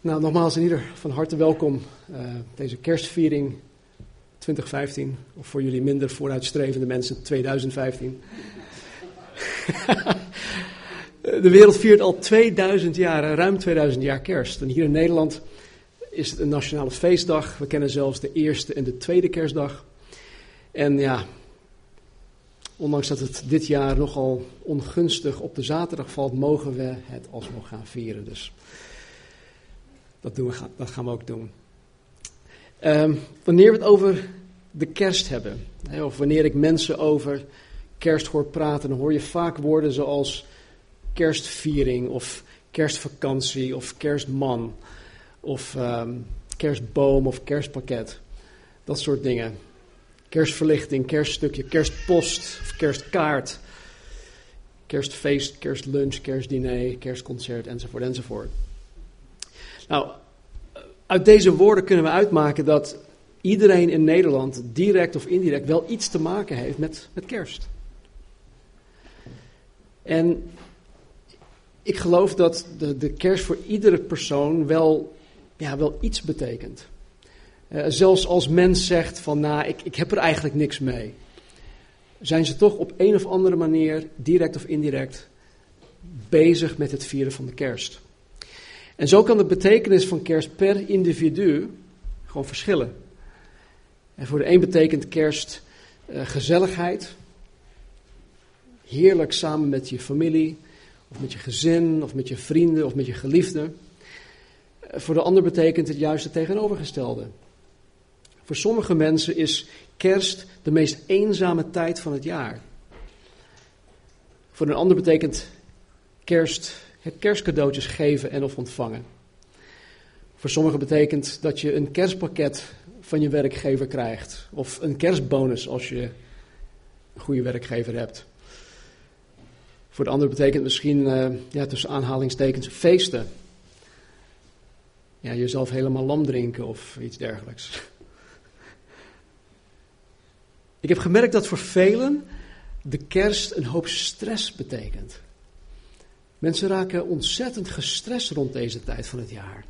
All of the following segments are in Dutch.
Nou, nogmaals, ieder van harte welkom deze kerstviering 2015, of voor jullie minder vooruitstrevende mensen 2015. De wereld viert al 2000 jaar, ruim 2000 jaar kerst. En hier in Nederland is het een nationale feestdag. We kennen zelfs de eerste en de tweede kerstdag. En ja, ondanks dat het dit jaar nogal ongunstig op de zaterdag valt, mogen we het alsnog gaan vieren. Dus dat gaan we ook doen. Wanneer we het over de kerst hebben, of wanneer ik mensen over kerst hoor praten, dan hoor je vaak woorden zoals kerstviering of kerstvakantie of kerstman of kerstboom of kerstpakket. Dat soort dingen. Kerstverlichting, kerststukje, kerstpost of kerstkaart, kerstfeest, kerstlunch, kerstdiner, kerstconcert enzovoort enzovoort. Nou, uit deze woorden kunnen we uitmaken dat iedereen in Nederland direct of indirect wel iets te maken heeft met kerst. En ik geloof dat de kerst voor iedere persoon wel iets betekent. Zelfs als mens zegt van ik heb er eigenlijk niks mee, zijn ze toch op een of andere manier, direct of indirect, bezig met het vieren van de kerst. En zo kan de betekenis van kerst per individu gewoon verschillen. En voor de een betekent kerst gezelligheid, heerlijk samen met je familie, of met je gezin, of met je vrienden, of met je geliefden. Voor de ander betekent het juist het tegenovergestelde. Voor sommige mensen is kerst de meest eenzame tijd van het jaar. Voor een ander betekent kerst het kerstcadeautjes geven en of ontvangen. Voor sommigen betekent dat je een kerstpakket van je werkgever krijgt. Of een kerstbonus als je een goede werkgever hebt. Voor de ander betekent misschien, tussen aanhalingstekens, feesten. Ja, jezelf helemaal lam drinken of iets dergelijks. Ik heb gemerkt dat voor velen de kerst een hoop stress betekent. Mensen raken ontzettend gestrest rond deze tijd van het jaar.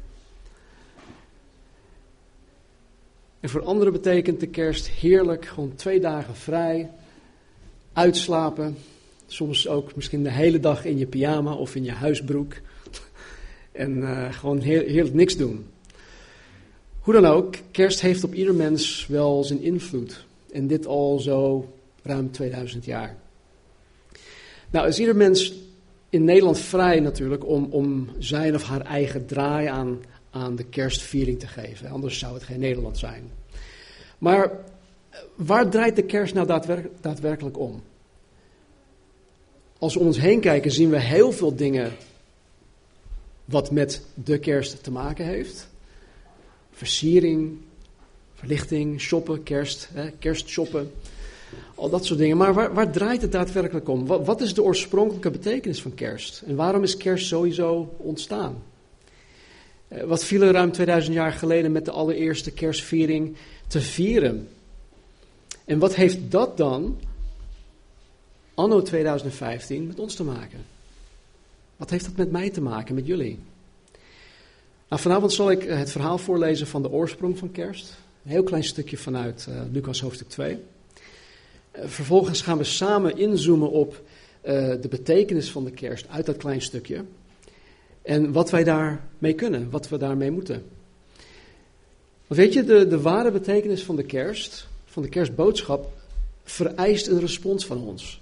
En voor anderen betekent de kerst heerlijk, gewoon 2 dagen vrij, uitslapen. Soms ook misschien de hele dag in je pyjama of in je huisbroek. En gewoon heerlijk niks doen. Hoe dan ook, kerst heeft op ieder mens wel zijn invloed. En dit al zo ruim 2000 jaar. Nou, is ieder mens in Nederland vrij natuurlijk om zijn of haar eigen draai aan de kerstviering te geven. Anders zou het geen Nederland zijn. Maar waar draait de kerst nou daadwerkelijk om? Als we om ons heen kijken zien we heel veel dingen wat met de kerst te maken heeft. Versiering, verlichting, shoppen, kerstshoppen. Al dat soort dingen. Maar waar draait het daadwerkelijk om? Wat is de oorspronkelijke betekenis van kerst? En waarom is kerst sowieso ontstaan? Wat viel er ruim 2000 jaar geleden met de allereerste kerstviering te vieren? En wat heeft dat dan, anno 2015, met ons te maken? Wat heeft dat met mij te maken, met jullie? Nou, vanavond zal ik het verhaal voorlezen van de oorsprong van kerst. Een heel klein stukje vanuit Lucas hoofdstuk 2. Vervolgens gaan we samen inzoomen op de betekenis van de kerst uit dat klein stukje. En wat wij daarmee kunnen, wat we daarmee moeten. Want weet je, de ware betekenis van de kerst, van de kerstboodschap, vereist een respons van ons.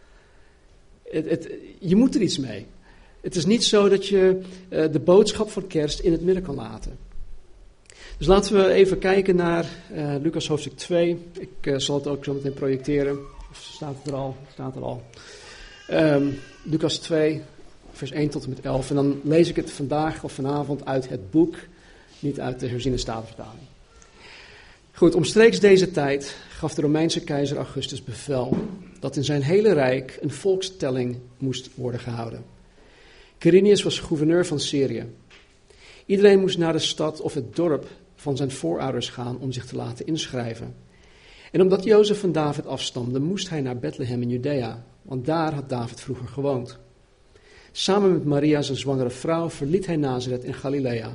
Je moet er iets mee. Het is niet zo dat je de boodschap van kerst in het midden kan laten. Dus laten we even kijken naar Lucas hoofdstuk 2. Ik zal het ook zo meteen projecteren. Of staat het er al? Staat er al. Lucas 2, vers 1 tot en met 11. En dan lees ik het vandaag of vanavond uit het boek, niet uit de herziene statenvertaling. Goed, omstreeks deze tijd gaf de Romeinse keizer Augustus bevel dat in zijn hele rijk een volkstelling moest worden gehouden. Quirinius was gouverneur van Syrië. Iedereen moest naar de stad of het dorp van zijn voorouders gaan om zich te laten inschrijven. En omdat Jozef van David afstamde, moest hij naar Bethlehem in Judea, want daar had David vroeger gewoond. Samen met Maria, zijn zwangere vrouw, verliet hij Nazareth in Galilea,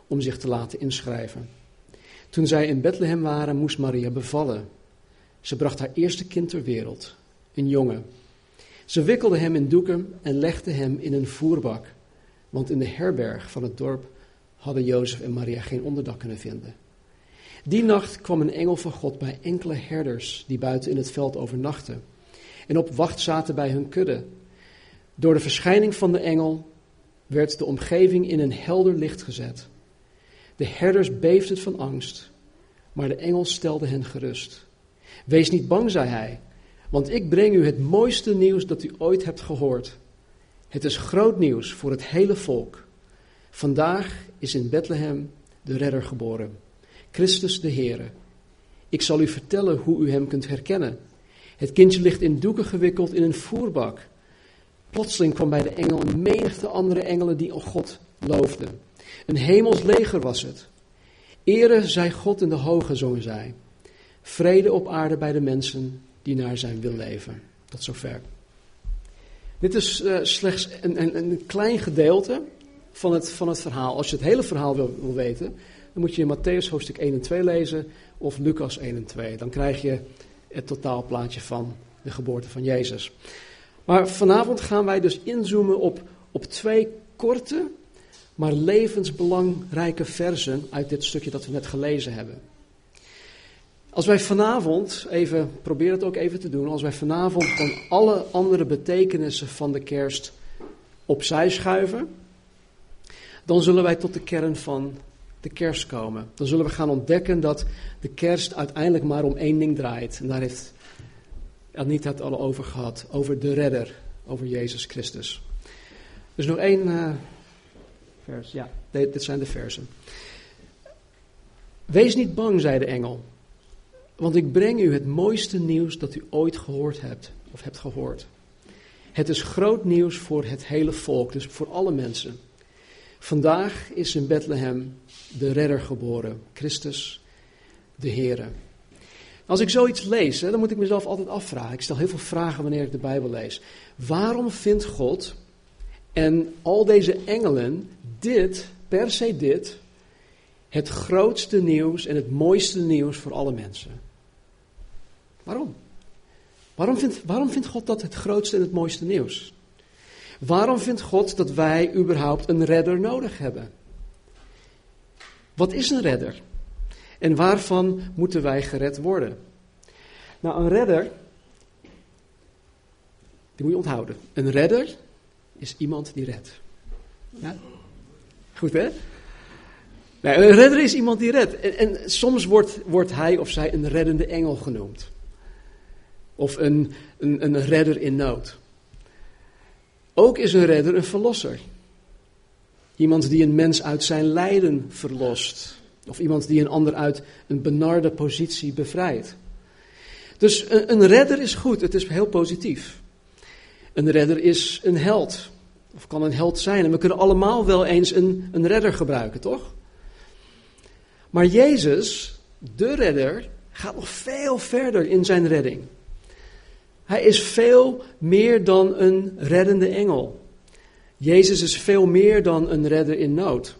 om zich te laten inschrijven. Toen zij in Bethlehem waren, moest Maria bevallen. Ze bracht haar eerste kind ter wereld, een jongen. Ze wikkelde hem in doeken en legde hem in een voerbak, want in de herberg van het dorp hadden Jozef en Maria geen onderdak kunnen vinden. Die nacht kwam een engel van God bij enkele herders die buiten in het veld overnachten en op wacht zaten bij hun kudde. Door de verschijning van de engel werd de omgeving in een helder licht gezet. De herders beefden van angst, maar de engel stelde hen gerust. Wees niet bang, zei hij, want ik breng u het mooiste nieuws dat u ooit hebt gehoord. Het is groot nieuws voor het hele volk. Vandaag is in Bethlehem de redder geboren, Christus de Heere. Ik zal u vertellen hoe u hem kunt herkennen. Het kindje ligt in doeken gewikkeld in een voerbak. Plotseling kwam bij de engel een menigte andere engelen die God loofden. Een hemels leger was het. Ere zij God in de hoge, zongen zij. Vrede op aarde bij de mensen die naar zijn wil leven. Tot zover. Dit is slechts een klein gedeelte van het verhaal. Als je het hele verhaal wil weten, dan moet je in Mattheüs hoofdstuk 1 en 2 lezen of Lucas 1 en 2. Dan krijg je het totaalplaatje van de geboorte van Jezus. Maar vanavond gaan wij dus inzoomen op 2 korte, maar levensbelangrijke versen uit dit stukje dat we net gelezen hebben. Als wij vanavond, probeer het ook even te doen, als wij vanavond van alle andere betekenissen van de kerst opzij schuiven, dan zullen wij tot de kern van de kerst komen. Dan zullen we gaan ontdekken dat de kerst uiteindelijk maar om 1 ding draait. En daar heeft Anita het al over gehad, over de redder, over Jezus Christus. Dus nog 1 vers, ja, dit zijn de versen. Wees niet bang, zei de engel, want ik breng u het mooiste nieuws dat u ooit gehoord hebt, of hebt gehoord. Het is groot nieuws voor het hele volk, dus voor alle mensen. Vandaag is in Bethlehem de redder geboren, Christus de Heere. Als ik zoiets lees, dan moet ik mezelf altijd afvragen. Ik stel heel veel vragen wanneer ik de Bijbel lees. Waarom vindt God en al deze engelen per se dit, het grootste nieuws en het mooiste nieuws voor alle mensen? Waarom? Waarom vindt God dat het grootste en het mooiste nieuws? Waarom vindt God dat wij überhaupt een redder nodig hebben? Wat is een redder? En waarvan moeten wij gered worden? Nou, een redder, die moet je onthouden. Een redder is iemand die redt. Ja? Goed, hè? Nee, een redder is iemand die redt. En soms wordt hij of zij een reddende engel genoemd. Of een redder in nood. Ook is een redder een verlosser. Iemand die een mens uit zijn lijden verlost. Of iemand die een ander uit een benarde positie bevrijdt. Dus een redder is goed, het is heel positief. Een redder is een held. Of kan een held zijn. En we kunnen allemaal wel eens een redder gebruiken, toch? Maar Jezus, de redder, gaat nog veel verder in zijn redding. Hij is veel meer dan een reddende engel. Jezus is veel meer dan een redder in nood.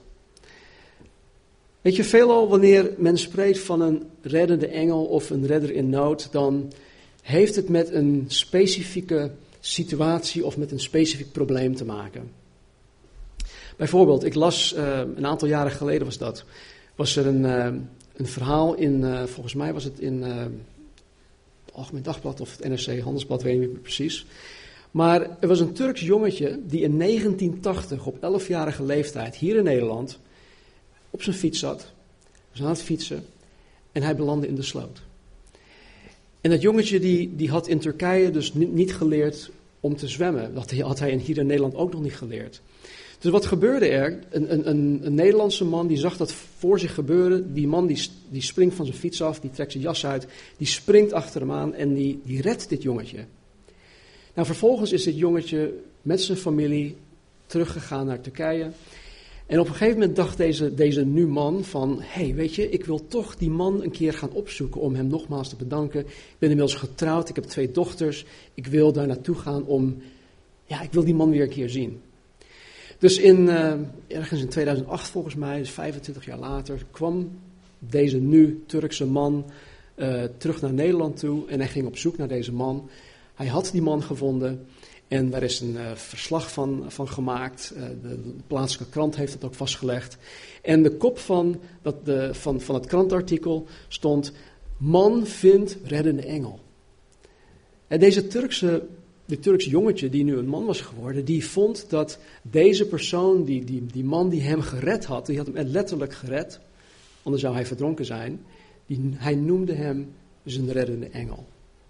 Weet je, veelal wanneer men spreekt van een reddende engel of een redder in nood, dan heeft het met een specifieke situatie of met een specifiek probleem te maken. Bijvoorbeeld, ik las, een aantal jaren geleden was er een verhaal in, volgens mij was het in het Algemeen Dagblad of het NRC Handelsblad, weet ik niet meer precies. Maar er was een Turks jongetje die in 1980 op 11-jarige leeftijd hier in Nederland op zijn fiets zat, was aan het fietsen en hij belandde in de sloot. En dat jongetje die had in Turkije dus niet geleerd om te zwemmen. Dat had hij hier in Nederland ook nog niet geleerd. Dus wat gebeurde er? Een Nederlandse man die zag dat voor zich gebeuren. Die man die springt van zijn fiets af, die trekt zijn jas uit, die springt achter hem aan en die redt dit jongetje. Nou, vervolgens is dit jongetje met zijn familie teruggegaan naar Turkije. En op een gegeven moment dacht deze nu man van, hey, weet je, ik wil toch die man een keer gaan opzoeken om hem nogmaals te bedanken. Ik ben inmiddels getrouwd, ik heb 2 dochters, ik wil daar naartoe gaan ik wil die man weer een keer zien. Dus ergens in 2008 volgens mij, dus 25 jaar later, kwam deze nu Turkse man terug naar Nederland toe en hij ging op zoek naar deze man. Hij had die man gevonden en daar is een verslag van gemaakt. De plaatselijke krant heeft het ook vastgelegd. En de kop van het krantartikel stond: man vindt reddende engel. En dit Turks jongetje die nu een man was geworden, die vond dat deze persoon, die man die hem gered had, die had hem letterlijk gered, anders zou hij verdronken zijn, hij noemde hem zijn reddende engel.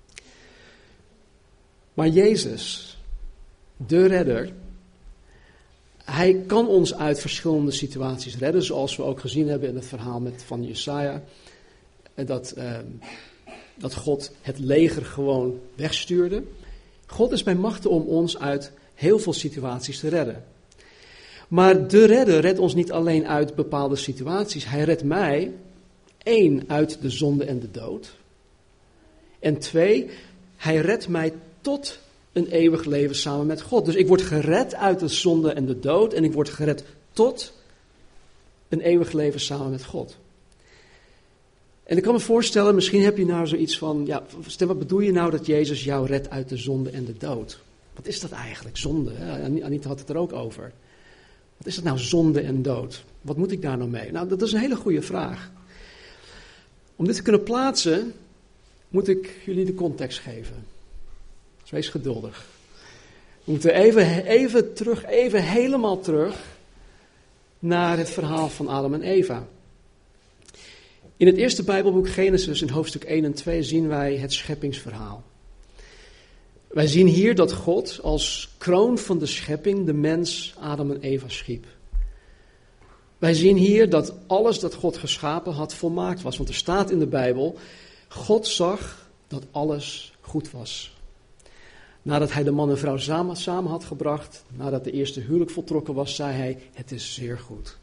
Maar Jezus, de redder, hij kan ons uit verschillende situaties redden, zoals we ook gezien hebben in het verhaal van Jesaja, dat God het leger gewoon wegstuurde. God is bij machte om ons uit heel veel situaties te redden. Maar de redder redt ons niet alleen uit bepaalde situaties. Hij redt mij, 1, uit de zonde en de dood. En 2, hij redt mij tot een eeuwig leven samen met God. Dus ik word gered uit de zonde en de dood en ik word gered tot een eeuwig leven samen met God. En ik kan me voorstellen, misschien heb je nou zoiets van, ja, wat bedoel je nou dat Jezus jou redt uit de zonde en de dood? Wat is dat eigenlijk, zonde? Anita had het er ook over. Wat is dat nou, zonde en dood? Wat moet ik daar nou mee? Nou, dat is een hele goede vraag. Om dit te kunnen plaatsen, moet ik jullie de context geven. Dus wees geduldig. We moeten even helemaal terug naar het verhaal van Adam en Eva. In het eerste Bijbelboek Genesis, in hoofdstuk 1 en 2, zien wij het scheppingsverhaal. Wij zien hier dat God als kroon van de schepping de mens Adam en Eva schiep. Wij zien hier dat alles dat God geschapen had volmaakt was. Want er staat in de Bijbel, God zag dat alles goed was. Nadat hij de man en vrouw samen had gebracht, nadat de eerste huwelijk voltrokken was, zei hij, het is zeer goed.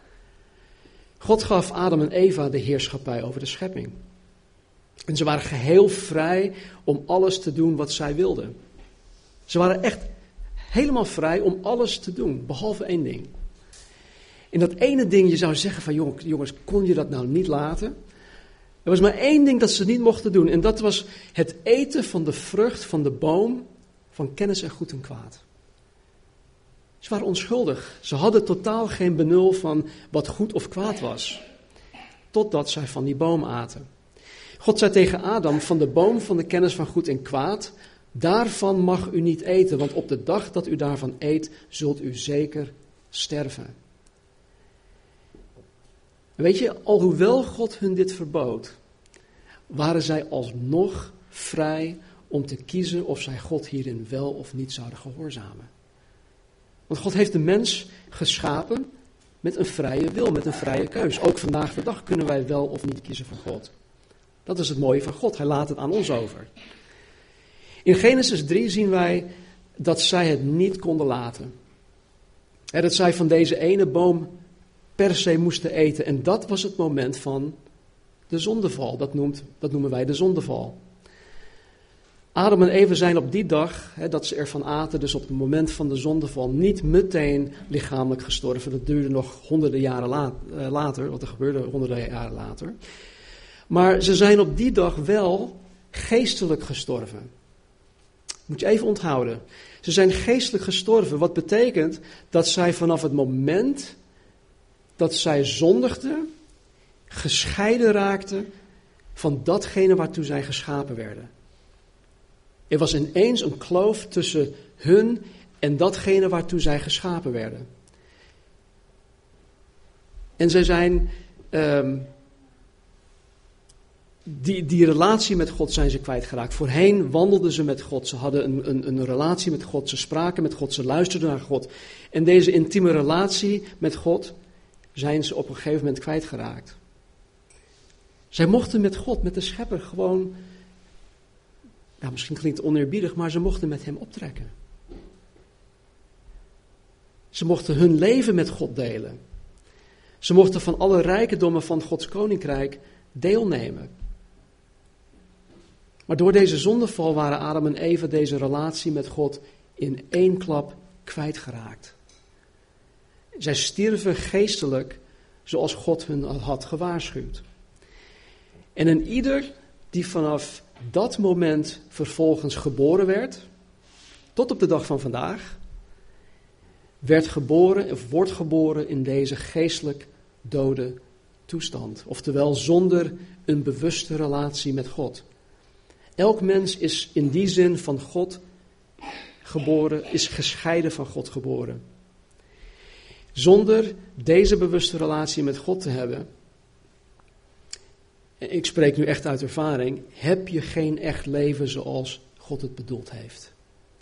God gaf Adam en Eva de heerschappij over de schepping. En ze waren geheel vrij om alles te doen wat zij wilden. Ze waren echt helemaal vrij om alles te doen, behalve 1 ding. En dat ene ding, je zou zeggen van jongens, kon je dat nou niet laten? Er was maar 1 ding dat ze niet mochten doen. En dat was het eten van de vrucht van de boom van kennis en goed en kwaad. Ze waren onschuldig. Ze hadden totaal geen benul van wat goed of kwaad was. Totdat zij van die boom aten. God zei tegen Adam, van de boom van de kennis van goed en kwaad, daarvan mag u niet eten, want op de dag dat u daarvan eet, zult u zeker sterven. En weet je, alhoewel God hun dit verbood, waren zij alsnog vrij om te kiezen of zij God hierin wel of niet zouden gehoorzamen. Want God heeft de mens geschapen met een vrije wil, met een vrije keus. Ook vandaag de dag kunnen wij wel of niet kiezen voor God. Dat is het mooie van God, hij laat het aan ons over. In Genesis 3 zien wij dat zij het niet konden laten. Dat zij van deze ene boom per se moesten eten. En dat was het moment van de zondeval. Dat noemen wij de zondeval. Adam en Eva zijn op die dag, dat ze ervan aten, dus op het moment van de zondeval, niet meteen lichamelijk gestorven. Dat duurde nog honderden jaren later, wat er gebeurde honderden jaren later. Maar ze zijn op die dag wel geestelijk gestorven. Moet je even onthouden. Ze zijn geestelijk gestorven, wat betekent dat zij vanaf het moment dat zij zondigden, gescheiden raakten van datgene waartoe zij geschapen werden. Er was ineens een kloof tussen hun en datgene waartoe zij geschapen werden. En zij zijn, die relatie met God zijn ze kwijtgeraakt. Voorheen wandelden ze met God, ze hadden een relatie met God, ze spraken met God, ze luisterden naar God. En deze intieme relatie met God zijn ze op een gegeven moment kwijtgeraakt. Zij mochten met God, met de Schepper, gewoon, ja, misschien klinkt het oneerbiedig, maar ze mochten met hem optrekken. Ze mochten hun leven met God delen. Ze mochten van alle rijkdommen van Gods koninkrijk deelnemen. Maar door deze zondeval waren Adam en Eva deze relatie met God in 1 klap kwijtgeraakt. Zij stierven geestelijk zoals God hun had gewaarschuwd. En een ieder die vanaf dat moment vervolgens geboren werd, tot op de dag van vandaag, werd geboren of wordt geboren in deze geestelijk dode toestand. Oftewel zonder een bewuste relatie met God. Elk mens is in die zin van God geboren, is gescheiden van God geboren. Zonder deze bewuste relatie met God te hebben, en ik spreek nu echt uit ervaring, heb je geen echt leven zoals God het bedoeld heeft.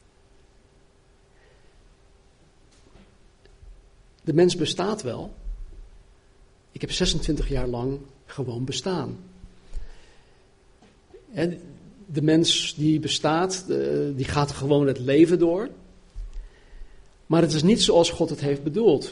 De mens bestaat wel. Ik heb 26 jaar lang gewoon bestaan. De mens die bestaat, die gaat gewoon het leven door. Maar het is niet zoals God het heeft bedoeld.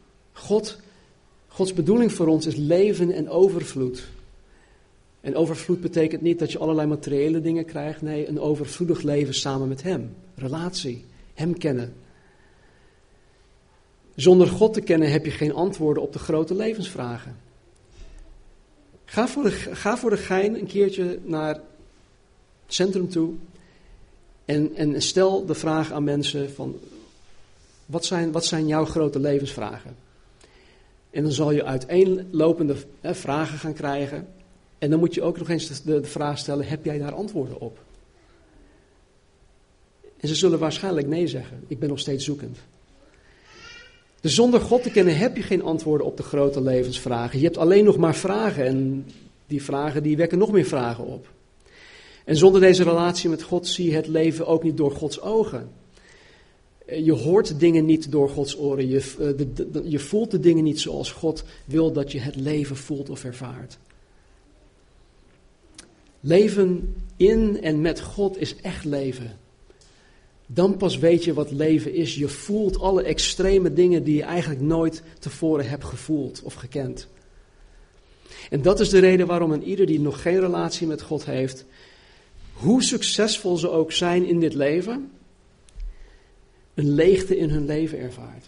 Gods bedoeling voor ons is leven en overvloed. En overvloed betekent niet dat je allerlei materiële dingen krijgt. Nee, een overvloedig leven samen met Hem. Relatie, Hem kennen. Zonder God te kennen heb je geen antwoorden op de grote levensvragen. Ga voor de gein een keertje naar het centrum toe. En stel de vraag aan mensen van, wat zijn jouw grote levensvragen? En dan zal je uiteenlopende vragen gaan krijgen. En dan moet je ook nog eens de vraag stellen, heb jij daar antwoorden op? En ze zullen waarschijnlijk nee zeggen. Ik ben nog steeds zoekend. Dus zonder God te kennen heb je geen antwoorden op de grote levensvragen. Je hebt alleen nog maar vragen en die vragen die wekken nog meer vragen op. En zonder deze relatie met God zie je het leven ook niet door Gods ogen. Je hoort dingen niet door Gods oren. Je voelt de dingen niet zoals God wil dat je het leven voelt of ervaart. Leven in en met God is echt leven. Dan pas weet je wat leven is. Je voelt alle extreme dingen die je eigenlijk nooit tevoren hebt gevoeld of gekend. En dat is de reden waarom een ieder die nog geen relatie met God heeft, hoe succesvol ze ook zijn in dit leven, een leegte in hun leven ervaart.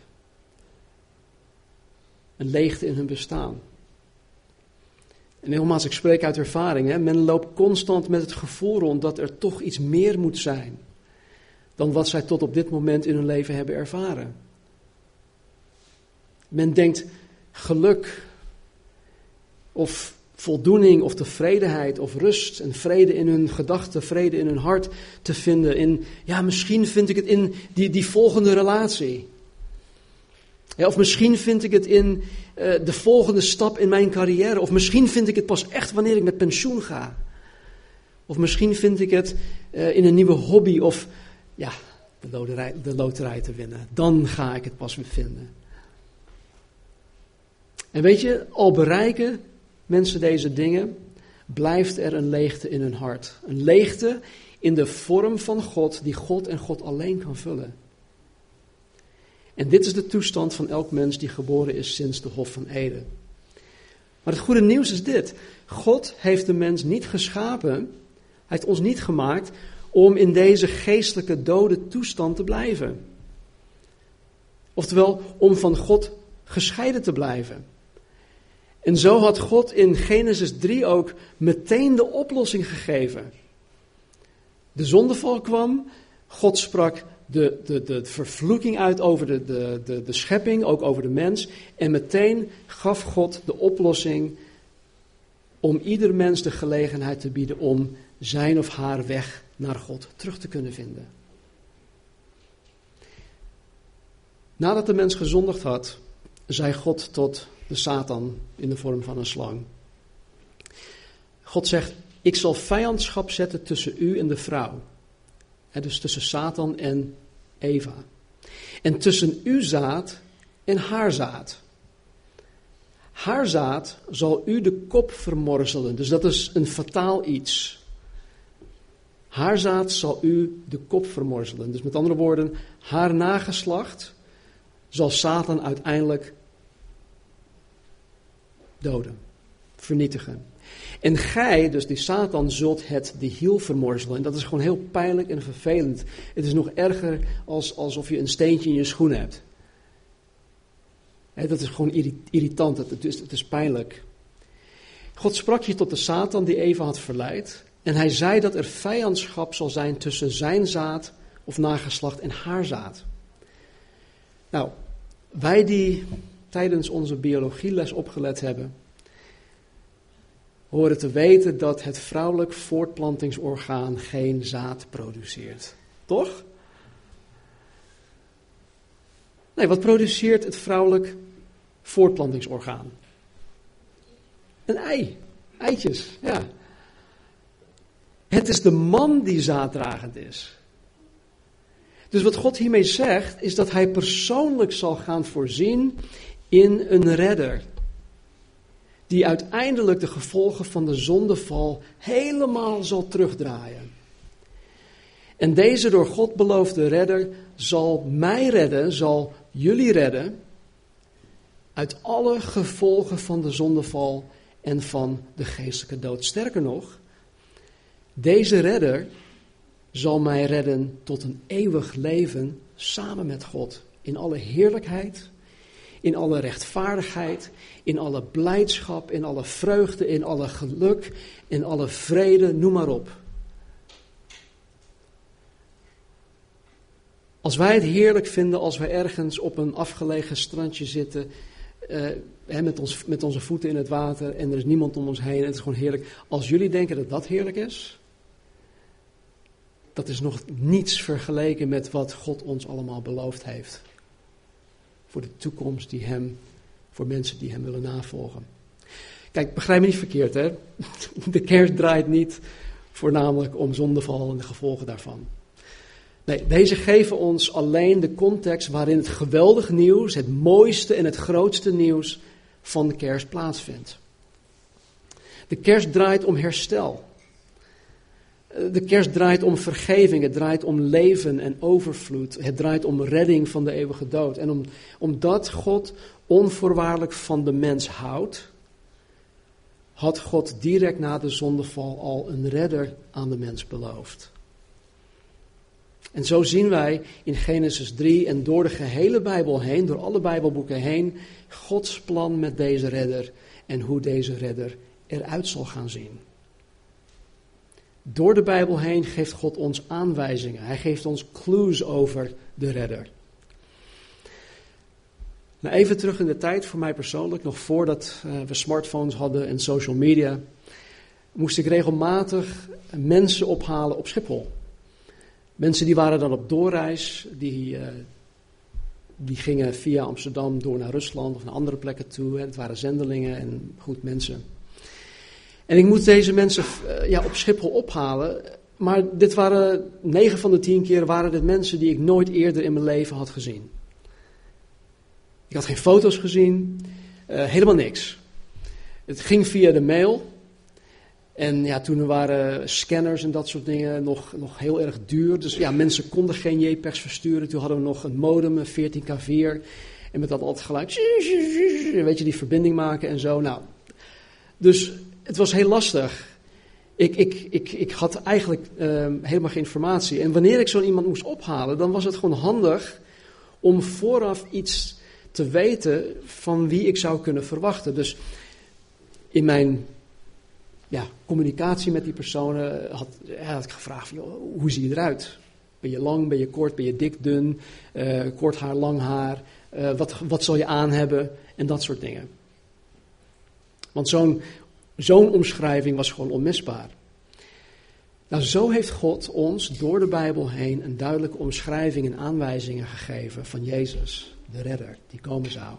Een leegte in hun bestaan. En nogmaals, ik spreek uit ervaring. Men loopt constant met het gevoel rond dat er toch iets meer moet zijn dan wat zij tot op dit moment in hun leven hebben ervaren. Men denkt geluk of voldoening of tevredenheid of rust en vrede in hun gedachten, vrede in hun hart te vinden in, misschien vind ik het in die volgende relatie. Ja, of misschien vind ik het in de volgende stap in mijn carrière. Of misschien vind ik het pas echt wanneer ik met pensioen ga. Of misschien vind ik het in een nieuwe hobby of de loterij te winnen. Dan ga ik het pas weer vinden. En weet je, al bereiken mensen deze dingen, blijft er een leegte in hun hart. Een leegte in de vorm van God die God en God alleen kan vullen. En dit is de toestand van elk mens die geboren is sinds de Hof van Eden. Maar het goede nieuws is dit. God heeft de mens niet geschapen, hij heeft ons niet gemaakt om in deze geestelijke dode toestand te blijven. Oftewel, om van God gescheiden te blijven. En zo had God in Genesis 3 ook meteen de oplossing gegeven. De zondeval kwam, God sprak de vervloeking uit over de schepping, ook over de mens. En meteen gaf God de oplossing om ieder mens de gelegenheid te bieden om zijn of haar weg naar God terug te kunnen vinden. Nadat de mens gezondigd had, zei God tot de Satan in de vorm van een slang. God zegt, ik zal vijandschap zetten tussen u en de vrouw. Dus tussen Satan en Eva. En tussen uw zaad en haar zaad. Haar zaad zal u de kop vermorzelen. Dus dat is een fataal iets. Haar zaad zal u de kop vermorzelen. Dus met andere woorden, haar nageslacht zal Satan uiteindelijk doden, vernietigen. En gij, dus die Satan, zult het de hiel vermorzelen. En dat is gewoon heel pijnlijk en vervelend. Het is nog erger alsof je een steentje in je schoen hebt. Dat is gewoon irritant, het is pijnlijk. God sprak hier tot de Satan die Eva had verleid. En hij zei dat er vijandschap zal zijn tussen zijn zaad of nageslacht en haar zaad. Nou, wij die tijdens onze biologieles opgelet hebben, horen te weten dat het vrouwelijk voortplantingsorgaan geen zaad produceert. Toch? Nee, wat produceert het vrouwelijk voortplantingsorgaan? Een ei. Eitjes, ja. Het is de man die zaaddragend is. Dus wat God hiermee zegt, is dat hij persoonlijk zal gaan voorzien in een redder. Die uiteindelijk de gevolgen van de zondeval helemaal zal terugdraaien. En deze door God beloofde redder zal mij redden, zal jullie redden uit alle gevolgen van de zondeval en van de geestelijke dood. Sterker nog, deze redder zal mij redden tot een eeuwig leven samen met God. In alle heerlijkheid, in alle rechtvaardigheid, in alle blijdschap, in alle vreugde, in alle geluk, in alle vrede, noem maar op. Als wij het heerlijk vinden als wij ergens op een afgelegen strandje zitten, met onze voeten in het water en er is niemand om ons heen en het is gewoon heerlijk. Als jullie denken dat dat heerlijk is, dat is nog niets vergeleken met wat God ons allemaal beloofd heeft. Voor de toekomst voor mensen die hem willen navolgen. Kijk, begrijp me niet verkeerd, hè. De kerst draait niet voornamelijk om zondeval en de gevolgen daarvan. Nee, deze geven ons alleen de context waarin het geweldige nieuws, het mooiste en het grootste nieuws van de kerst plaatsvindt. De kerst draait om herstel. De kerst draait om vergeving, het draait om leven en overvloed. Het draait om redding van de eeuwige dood. En omdat God onvoorwaardelijk van de mens houdt, had God direct na de zondeval al een redder aan de mens beloofd. En zo zien wij in Genesis 3 en door de gehele Bijbel heen, door alle Bijbelboeken heen, Gods plan met deze redder en hoe deze redder eruit zal gaan zien. Door de Bijbel heen geeft God ons aanwijzingen. Hij geeft ons clues over de redder. Nou, even terug in de tijd voor mij persoonlijk, nog voordat we smartphones hadden en social media, moest ik regelmatig mensen ophalen op Schiphol. Mensen die waren dan op doorreis, die gingen via Amsterdam door naar Rusland of naar andere plekken toe. Het waren zendelingen en goed mensen. En ik moest deze mensen op Schiphol ophalen, maar 9 van de 10 keer waren dit mensen die ik nooit eerder in mijn leven had gezien. Ik had geen foto's gezien, helemaal niks. Het ging via de mail. En ja, toen waren scanners en dat soort dingen nog heel erg duur. Dus ja, mensen konden geen JPEGs versturen. Toen hadden we nog een modem, een 14K4. En met dat altijd gelijk, weet je, die verbinding maken en zo. Nou, dus het was heel lastig. Ik had eigenlijk helemaal geen informatie. En wanneer ik zo'n iemand moest ophalen, dan was het gewoon handig om vooraf iets te weten van wie ik zou kunnen verwachten. Dus in mijn communicatie met die personen had ik gevraagd, joh, hoe zie je eruit? Ben je lang, ben je kort, ben je dik, dun, kort haar, lang haar, wat zal je aan hebben en dat soort dingen. Want zo'n omschrijving was gewoon onmisbaar. Nou, zo heeft God ons door de Bijbel heen een duidelijke omschrijving en aanwijzingen gegeven van Jezus, de redder, die komen zou.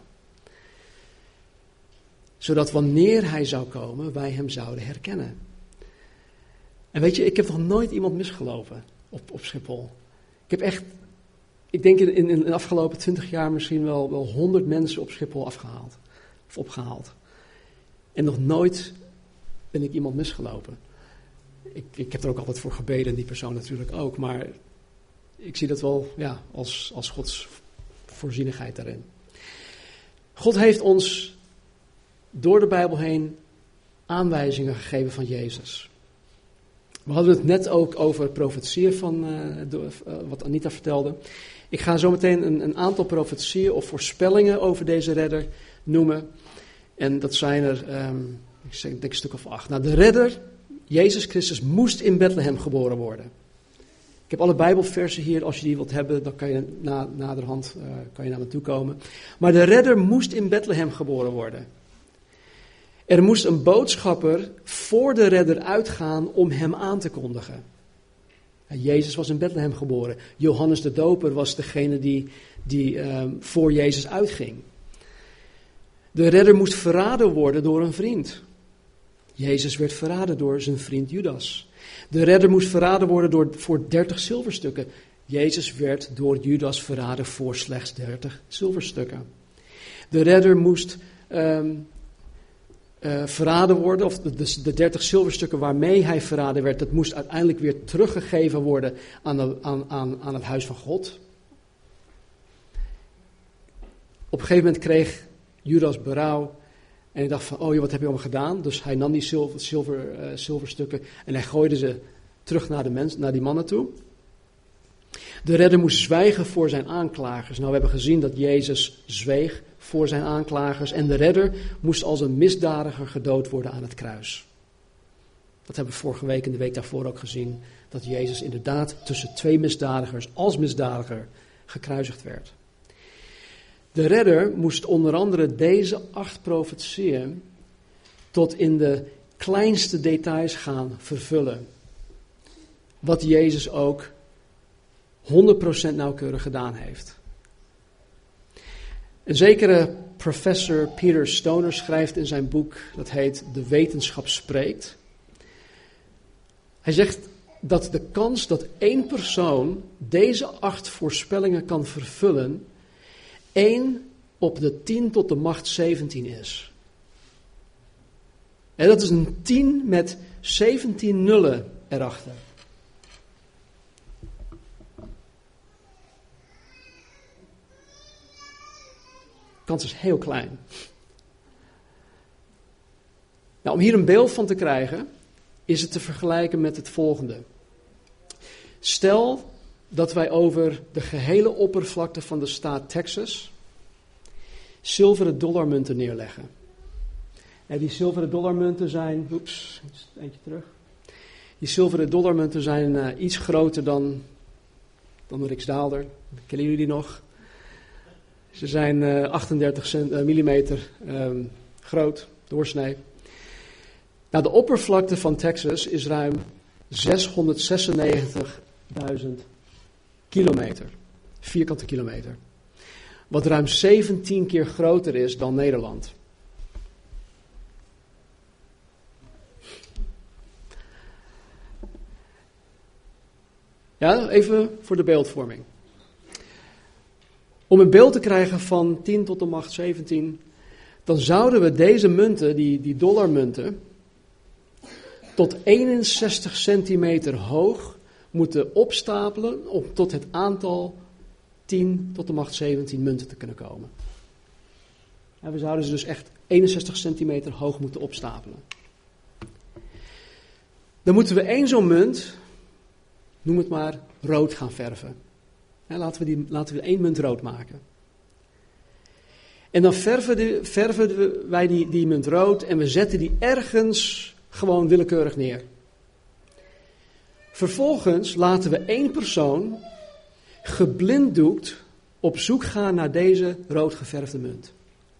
Zodat wanneer hij zou komen, wij hem zouden herkennen. En weet je, ik heb nog nooit iemand misgelopen op Schiphol. Ik denk in de afgelopen 20 jaar misschien wel 100 mensen op Schiphol opgehaald. En nog nooit ben ik iemand misgelopen. Ik heb er ook altijd voor gebeden, die persoon natuurlijk ook. Maar ik zie dat wel als Gods voorzienigheid daarin. God heeft ons door de Bijbel heen aanwijzingen gegeven van Jezus. We hadden het net ook over profetieën van wat Anita vertelde. Ik ga zo meteen een aantal profetieën of voorspellingen over deze redder noemen. En dat zijn er, ik denk een stuk of 8. Nou, de redder, Jezus Christus, moest in Bethlehem geboren worden. Ik heb alle Bijbelversen hier, als je die wilt hebben, dan kan je naderhand naar me toe komen. Maar de redder moest in Bethlehem geboren worden. Er moest een boodschapper voor de redder uitgaan om hem aan te kondigen. Jezus was in Bethlehem geboren. Johannes de Doper was degene die voor Jezus uitging. De redder moest verraden worden door een vriend. Jezus werd verraden door zijn vriend Judas. De redder moest verraden worden voor 30 zilverstukken. Jezus werd door Judas verraden voor slechts 30 zilverstukken. De redder moest verraden worden, of de 30 zilverstukken waarmee hij verraden werd, dat moest uiteindelijk weer teruggegeven worden aan het huis van God. Op een gegeven moment kreeg Judas berouw en hij dacht van, oh joh, wat heb je allemaal gedaan? Dus hij nam die zilverstukken en hij gooide ze terug naar die mannen toe. De redder moest zwijgen voor zijn aanklagers. Nou, we hebben gezien dat Jezus zweeg voor zijn aanklagers en de redder moest als een misdadiger gedood worden aan het kruis. Dat hebben we vorige week en de week daarvoor ook gezien, dat Jezus inderdaad tussen 2 misdadigers als misdadiger gekruisigd werd. De redder moest onder andere deze 8 profetieën tot in de kleinste details gaan vervullen. Wat Jezus ook 100% nauwkeurig gedaan heeft. Een zekere professor Peter Stoner schrijft in zijn boek, dat heet De Wetenschap Spreekt. Hij zegt dat de kans dat 1 persoon deze 8 voorspellingen kan vervullen 1 op de 10 tot de macht 17 is. En dat is een 10 met 17 nullen erachter. De kans is heel klein. Nou, om hier een beeld van te krijgen, is het te vergelijken met het volgende. Stel dat wij over de gehele oppervlakte van de staat Texas zilveren dollarmunten neerleggen. En die zilveren dollarmunten zijn, eentje terug. Die zilveren dollarmunten zijn iets groter dan Rijksdaalder. Kennen jullie die nog? Ze zijn 38 millimeter groot, doorsnee. Nou, de oppervlakte van Texas is ruim 696.000 kilometer, vierkante kilometer. Wat ruim 17 keer groter is dan Nederland. Ja, even voor de beeldvorming. Om een beeld te krijgen van 10 tot de macht 17, dan zouden we deze munten, die dollarmunten, tot 61 centimeter hoog moeten opstapelen om tot het aantal 10 tot de macht 17 munten te kunnen komen. En we zouden ze dus echt 61 centimeter hoog moeten opstapelen. Dan moeten we 1 zo'n munt, noem het maar, rood gaan verven. Laten we 1 munt rood maken. En dan verven wij die munt rood en we zetten die ergens gewoon willekeurig neer. Vervolgens laten we 1 persoon geblinddoekt op zoek gaan naar deze rood geverfde munt.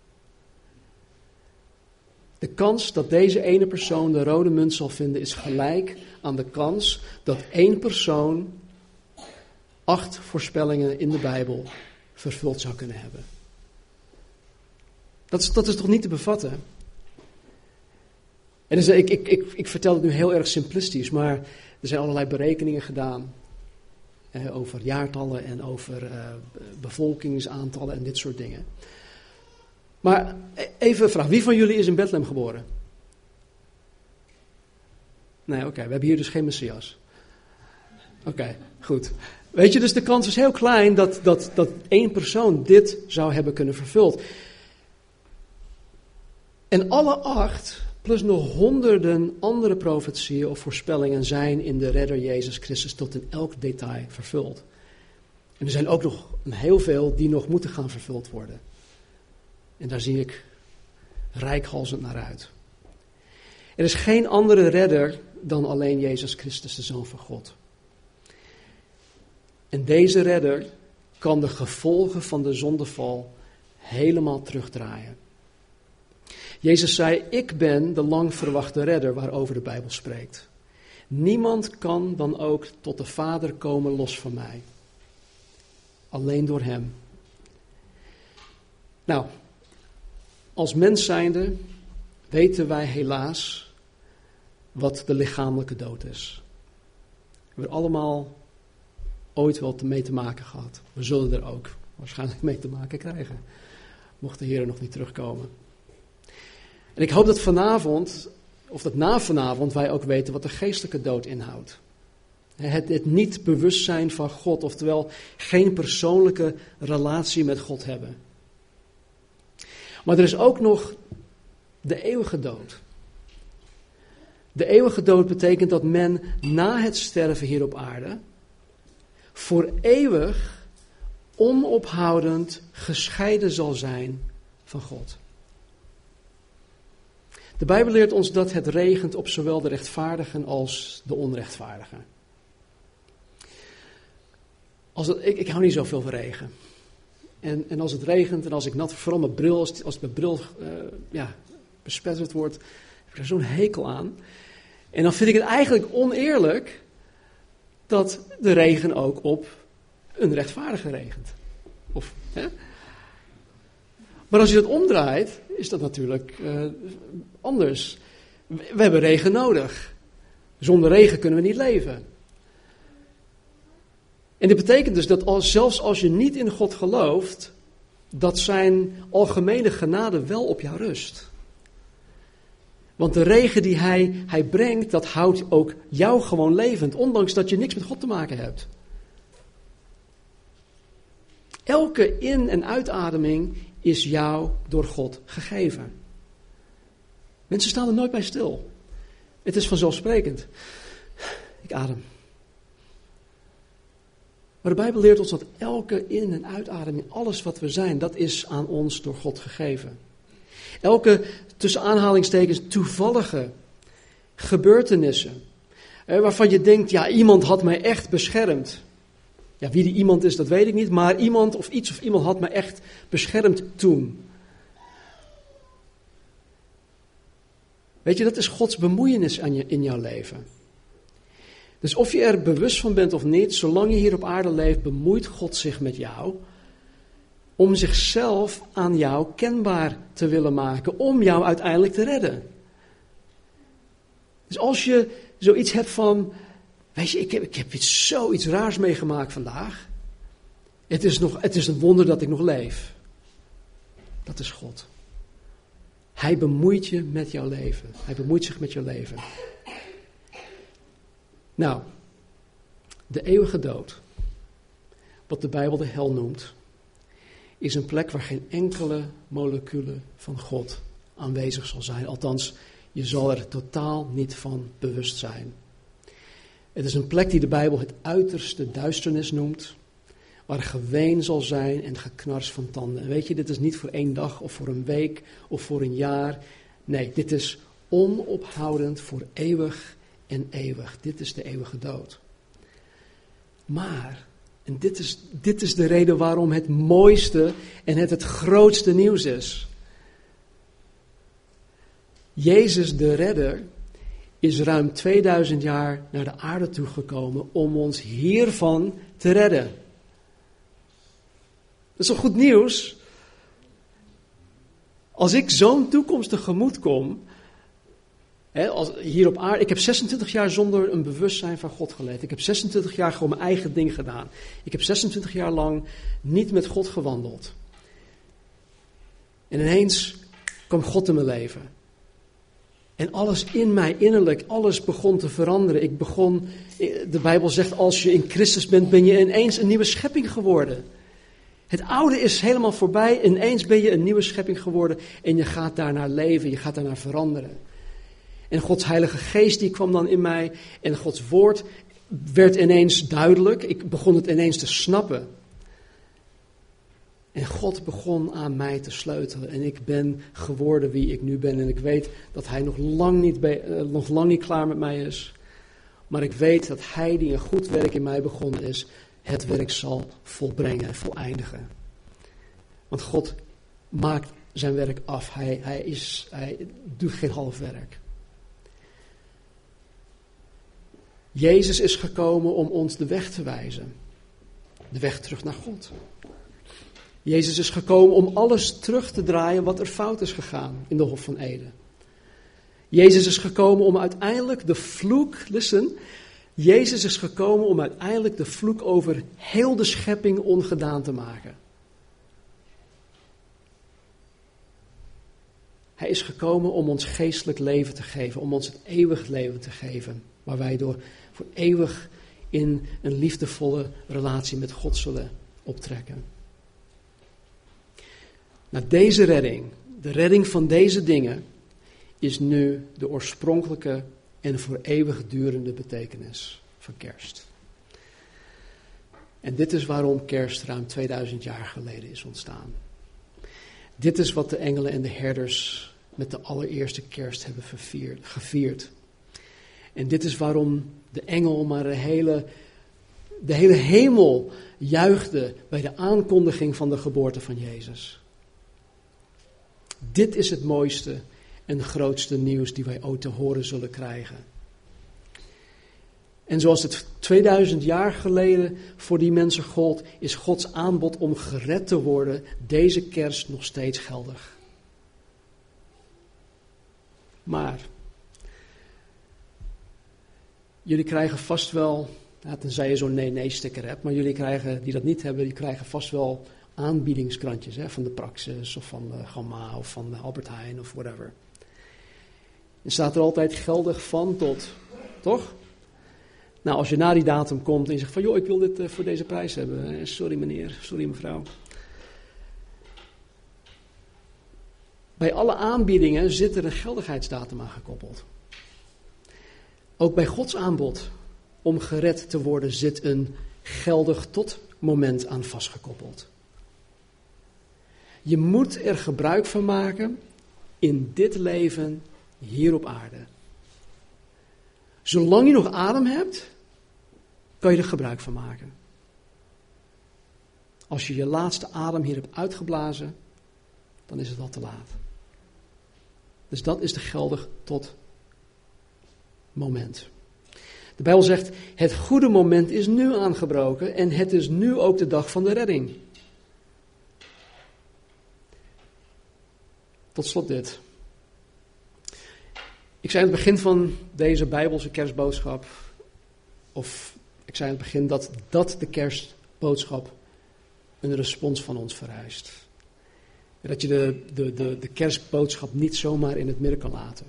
De kans dat deze ene persoon de rode munt zal vinden is gelijk aan de kans dat 1 persoon 8 voorspellingen in de Bijbel vervuld zou kunnen hebben. Dat is toch niet te bevatten? En dus ik vertel het nu heel erg simplistisch, maar er zijn allerlei berekeningen gedaan over jaartallen en over bevolkingsaantallen en dit soort dingen. Maar even een vraag, wie van jullie is in Bethlehem geboren? Nee, oké, we hebben hier dus geen Messias. Oké, goed. Weet je, dus de kans is heel klein dat 1 persoon dit zou hebben kunnen vervuld. En alle 8, plus nog honderden andere profetieën of voorspellingen zijn in de redder Jezus Christus tot in elk detail vervuld. En er zijn ook nog heel veel die nog moeten gaan vervuld worden. En daar zie ik reikhalzend naar uit. Er is geen andere redder dan alleen Jezus Christus, de Zoon van God. En deze redder kan de gevolgen van de zondeval helemaal terugdraaien. Jezus zei, ik ben de lang verwachte redder waarover de Bijbel spreekt. Niemand kan dan ook tot de Vader komen los van mij. Alleen door hem. Nou, als mens zijnde weten wij helaas wat de lichamelijke dood is. We hebben allemaal ooit wel mee te maken gehad. We zullen er ook waarschijnlijk mee te maken krijgen. Mocht de Heer nog niet terugkomen. En ik hoop dat vanavond, of dat na vanavond, wij ook weten wat de geestelijke dood inhoudt. Het niet bewustzijn van God, oftewel geen persoonlijke relatie met God hebben. Maar er is ook nog de eeuwige dood. De eeuwige dood betekent dat men na het sterven hier op aarde voor eeuwig onophoudend gescheiden zal zijn van God. De Bijbel leert ons dat het regent op zowel de rechtvaardigen als de onrechtvaardigen. Ik hou niet zoveel van regen. En als het regent en als ik nat, vooral mijn bril, als mijn bril bespetterd wordt, heb ik er zo'n hekel aan. En dan vind ik het eigenlijk oneerlijk dat de regen ook op een rechtvaardige regent. Maar als je dat omdraait, is dat natuurlijk anders. We hebben regen nodig. Zonder regen kunnen we niet leven. En dit betekent dus dat zelfs als je niet in God gelooft, dat zijn algemene genade wel op jou rust. Want de regen die hij brengt, dat houdt ook jou gewoon levend, ondanks dat je niks met God te maken hebt. Elke in- en uitademing is jou door God gegeven. Mensen staan er nooit bij stil. Het is vanzelfsprekend. Ik adem. Maar de Bijbel leert ons dat elke in- en uitademing, alles wat we zijn, dat is aan ons door God gegeven. Elke, tussen aanhalingstekens, toevallige gebeurtenissen, waarvan je denkt, ja, iemand had mij echt beschermd. Ja, wie die iemand is, dat weet ik niet, maar iemand of iets of iemand had mij echt beschermd toen. Weet je, dat is Gods bemoeienis in jouw leven. Dus of je er bewust van bent of niet, zolang je hier op aarde leeft, bemoeit God zich met jou om zichzelf aan jou kenbaar te willen maken, om jou uiteindelijk te redden. Dus als je zoiets hebt van, weet je, ik heb zoiets raars meegemaakt vandaag. Het is een wonder dat ik nog leef. Dat is God. Hij bemoeit je met jouw leven. Hij bemoeit zich met jouw leven. Nou, de eeuwige dood, wat de Bijbel de hel noemt, is een plek waar geen enkele molecule van God aanwezig zal zijn. Althans, je zal er totaal niet van bewust zijn. Het is een plek die de Bijbel het uiterste duisternis noemt, waar geween zal zijn en geknars van tanden. En weet je, dit is niet voor 1 dag of voor een week of voor een jaar. Nee, dit is onophoudend voor eeuwig en eeuwig. Dit is de eeuwige dood. Maar, en dit is de reden waarom het mooiste en het grootste nieuws is. Jezus de redder is ruim 2000 jaar naar de aarde toegekomen om ons hiervan te redden. Dat is toch goed nieuws? Als ik zo'n toekomst tegemoet kom, hier op aarde, ik heb 26 jaar zonder een bewustzijn van God geleefd. Ik heb 26 jaar gewoon mijn eigen ding gedaan. Ik heb 26 jaar lang niet met God gewandeld. En ineens kwam God in mijn leven. En alles in mij, innerlijk, alles begon te veranderen. De Bijbel zegt, als je in Christus bent, ben je ineens een nieuwe schepping geworden. Het oude is helemaal voorbij, ineens ben je een nieuwe schepping geworden en je gaat daarnaar leven, je gaat daarnaar veranderen. En Gods Heilige Geest die kwam dan in mij en Gods woord werd ineens duidelijk. Ik begon het ineens te snappen. En God begon aan mij te sleutelen. En ik ben geworden wie ik nu ben. En ik weet dat hij nog lang niet klaar met mij is. Maar ik weet dat hij die een goed werk in mij begonnen is, het werk zal volbrengen en voleindigen. Want God maakt zijn werk af. Hij doet geen half werk. Jezus is gekomen om ons de weg te wijzen. De weg terug naar God. Jezus is gekomen om alles terug te draaien wat er fout is gegaan in de Hof van Eden. Jezus is gekomen om uiteindelijk de vloek, Jezus is gekomen om uiteindelijk de vloek over heel de schepping ongedaan te maken. Hij is gekomen om ons geestelijk leven te geven, om ons het eeuwig leven te geven, waar wij voor eeuwig in een liefdevolle relatie met God zullen optrekken. Nou, deze redding, de redding van deze dingen, is nu de oorspronkelijke en voor eeuwig durende betekenis van kerst. En dit is waarom kerst ruim 2000 jaar geleden is ontstaan. Dit is wat de engelen en de herders met de allereerste kerst hebben gevierd. En dit is waarom de engel, maar de hele hemel juichte bij de aankondiging van de geboorte van Jezus. Dit is het mooiste en grootste nieuws die wij ooit te horen zullen krijgen. En zoals het 2000 jaar geleden voor die mensen gold, is Gods aanbod om gered te worden deze kerst nog steeds geldig. Maar jullie krijgen vast wel, tenzij je zo'n nee-nee-sticker hebt, maar jullie krijgen, die dat niet hebben, die krijgen vast wel aanbiedingskrantjes van de Praxis of van de Gamma of van de Albert Heijn of whatever. En staat er altijd geldig van tot, toch? Nou, als je na die datum komt en je zegt van, joh, ik wil dit voor deze prijs hebben. Sorry meneer, sorry mevrouw. Bij alle aanbiedingen zit er een geldigheidsdatum aan gekoppeld. Ook bij Gods aanbod om gered te worden zit een geldig tot moment aan vastgekoppeld. Je moet er gebruik van maken in dit leven hier op aarde. Zolang je nog adem hebt, kan je er gebruik van maken. Als je je laatste adem hier hebt uitgeblazen, dan is het al te laat. Dus dat is de geldig tot moment. De Bijbel zegt, het goede moment is nu aangebroken en het is nu ook de dag van de redding. Tot slot dit. Ik zei aan het begin van deze Bijbelse kerstboodschap, of ik zei aan het begin dat de kerstboodschap een respons van ons vereist. Dat je de kerstboodschap niet zomaar in het midden kan laten.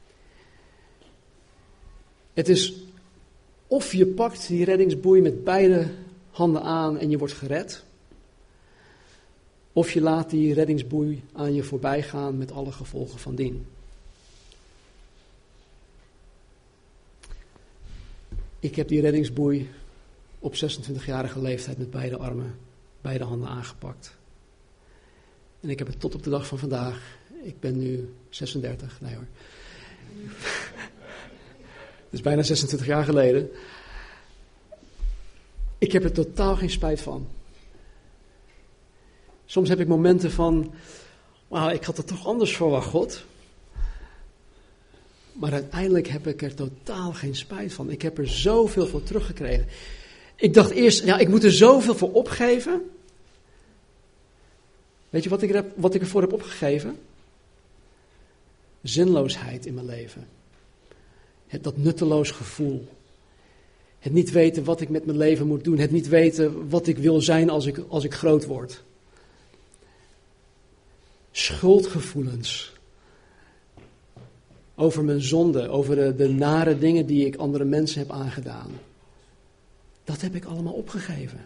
Het is of je pakt die reddingsboei met beide handen aan en je wordt gered. Of je laat die reddingsboei aan je voorbij gaan met alle gevolgen van dien. Ik heb die reddingsboei op 26-jarige leeftijd met beide handen aangepakt. En ik heb het tot op de dag van vandaag, ik ben nu 36, nee hoor. Dus bijna 26 jaar geleden. Ik heb er totaal geen spijt van. Soms heb ik momenten van, wauw, ik had het toch anders verwacht, God. Maar uiteindelijk heb ik er totaal geen spijt van. Ik heb er zoveel voor teruggekregen. Ik dacht eerst, ik moet er zoveel voor opgeven. Weet je wat ik ervoor heb opgegeven? Zinloosheid in mijn leven. Dat nutteloos gevoel. Het niet weten wat ik met mijn leven moet doen. Het niet weten wat ik wil zijn als ik groot word. Schuldgevoelens. Over mijn zonde, over de nare dingen die ik andere mensen heb aangedaan. Dat heb ik allemaal opgegeven.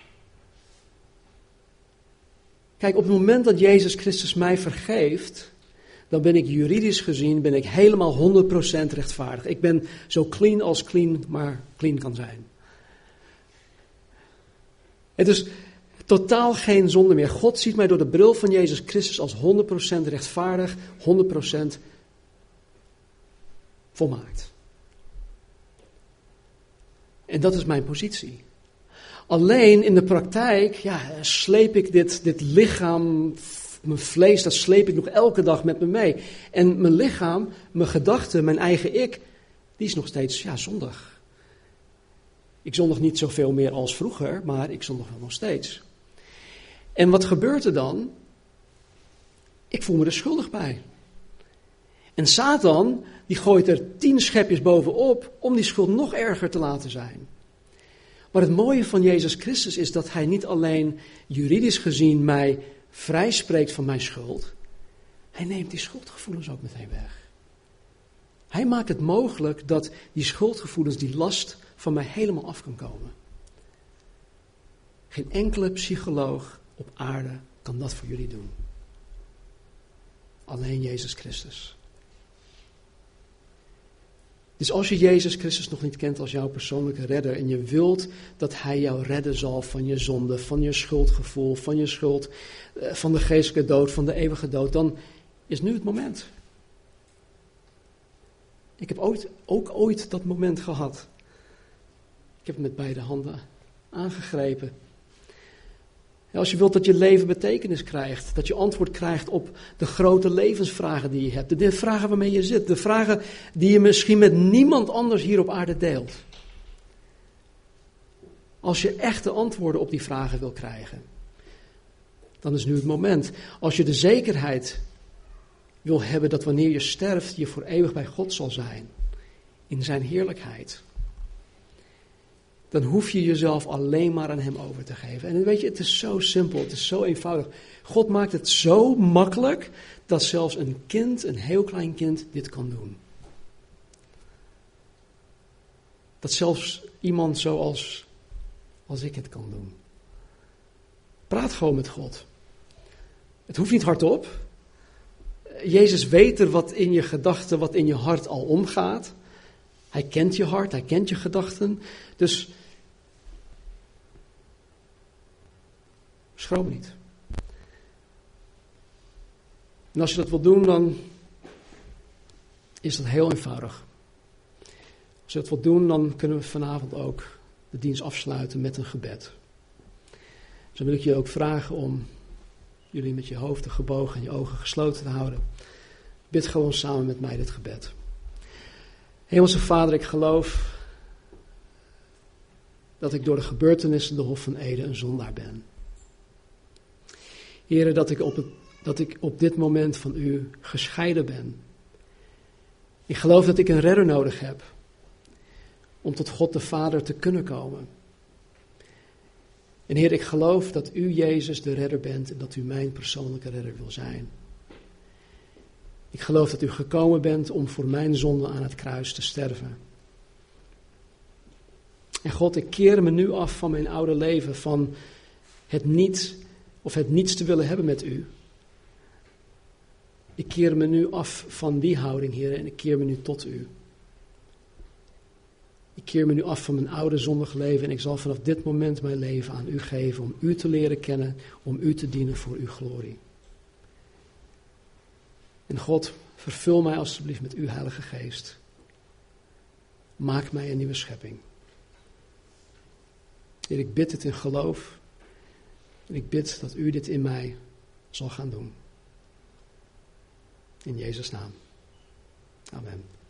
Kijk, op het moment dat Jezus Christus mij vergeeft, dan ben ik juridisch gezien helemaal 100% rechtvaardig. Ik ben zo clean als clean maar clean kan zijn. Het is Totaal geen zonde meer. God ziet mij door de bril van Jezus Christus als 100% rechtvaardig, 100% volmaakt. En dat is mijn positie. Alleen in de praktijk, sleep ik dit lichaam, mijn vlees, dat sleep ik nog elke dag met me mee. En mijn lichaam, mijn gedachten, mijn eigen ik, die is nog steeds zondig. Ik zondig niet zoveel meer als vroeger, maar ik zondig wel nog steeds. En wat gebeurt er dan? Ik voel me er schuldig bij. En Satan, die gooit er 10 schepjes bovenop om die schuld nog erger te laten zijn. Maar het mooie van Jezus Christus is dat hij niet alleen juridisch gezien mij vrijspreekt van mijn schuld. Hij neemt die schuldgevoelens ook meteen weg. Hij maakt het mogelijk dat die schuldgevoelens, die last van mij helemaal af kan komen. Geen enkele psycholoog op aarde kan dat voor jullie doen. Alleen Jezus Christus. Dus als je Jezus Christus nog niet kent als jouw persoonlijke redder en je wilt dat hij jou redden zal van je zonde, van je schuldgevoel, van je schuld, van de geestelijke dood, van de eeuwige dood, dan is nu het moment. Ik heb ook ooit dat moment gehad. Ik heb het met beide handen aangegrepen. Als je wilt dat je leven betekenis krijgt, dat je antwoord krijgt op de grote levensvragen die je hebt, de vragen waarmee je zit, de vragen die je misschien met niemand anders hier op aarde deelt. Als je echte antwoorden op die vragen wil krijgen, dan is nu het moment. Als je de zekerheid wil hebben dat wanneer je sterft, je voor eeuwig bij God zal zijn, in zijn heerlijkheid, dan hoef je jezelf alleen maar aan hem over te geven. En weet je, het is zo simpel, het is zo eenvoudig. God maakt het zo makkelijk dat zelfs een kind, een heel klein kind, dit kan doen. Dat zelfs iemand zoals ik het kan doen. Praat gewoon met God. Het hoeft niet hardop. Jezus weet er wat in je gedachten, wat in je hart al omgaat. Hij kent je hart, hij kent je gedachten. Dus schroom niet. En als je dat wilt doen, dan is dat heel eenvoudig. Als je dat wilt doen, dan kunnen we vanavond ook de dienst afsluiten met een gebed. Dus dan wil ik je ook vragen om jullie met je hoofden gebogen en je ogen gesloten te houden. Bid gewoon samen met mij dit gebed. Hemelse Vader, ik geloof dat ik door de gebeurtenissen in de Hof van Eden een zondaar ben. Heere, dat ik op dit moment van u gescheiden ben. Ik geloof dat ik een redder nodig heb om tot God de Vader te kunnen komen. En Heer, ik geloof dat u, Jezus, de redder bent en dat u mijn persoonlijke redder wil zijn. Ik geloof dat u gekomen bent om voor mijn zonde aan het kruis te sterven. En God, ik keer me nu af van mijn oude leven, van het niets te willen hebben met u. Ik keer me nu af van die houding, Heer, en ik keer me nu tot u. Ik keer me nu af van mijn oude zondige leven en ik zal vanaf dit moment mijn leven aan u geven om u te leren kennen, om u te dienen voor uw glorie. En God, vervul mij alstublieft met uw Heilige Geest. Maak mij een nieuwe schepping. Heer, ik bid het in geloof. En ik bid dat u dit in mij zal gaan doen. In Jezus' naam. Amen.